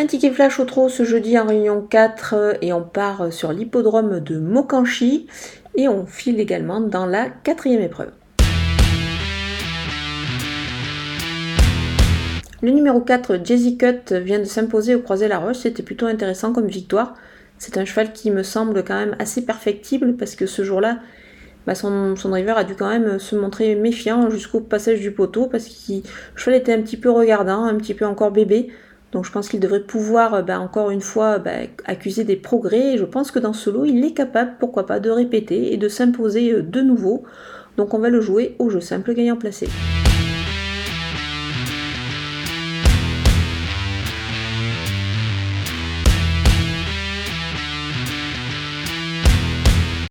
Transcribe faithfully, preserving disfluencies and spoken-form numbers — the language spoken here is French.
Un ticket flash au trot ce jeudi en réunion quatre euh, et on part sur l'hippodrome de Mokanchi et on file également dans la quatrième épreuve. Le numéro quatre, Jazzy Cut, vient de s'imposer au Croisé-la-Roche, c'était plutôt intéressant comme victoire. C'est un cheval qui me semble quand même assez perfectible parce que ce jour-là, bah son, son driver a dû quand même se montrer méfiant jusqu'au passage du poteau parce que le cheval était un petit peu regardant, un petit peu encore bébé. Donc je pense qu'il devrait pouvoir bah, encore une fois bah, accuser des progrès et je pense que dans ce lot, il est capable, pourquoi pas, de répéter et de s'imposer de nouveau. Donc on va le jouer au jeu simple gagnant placé.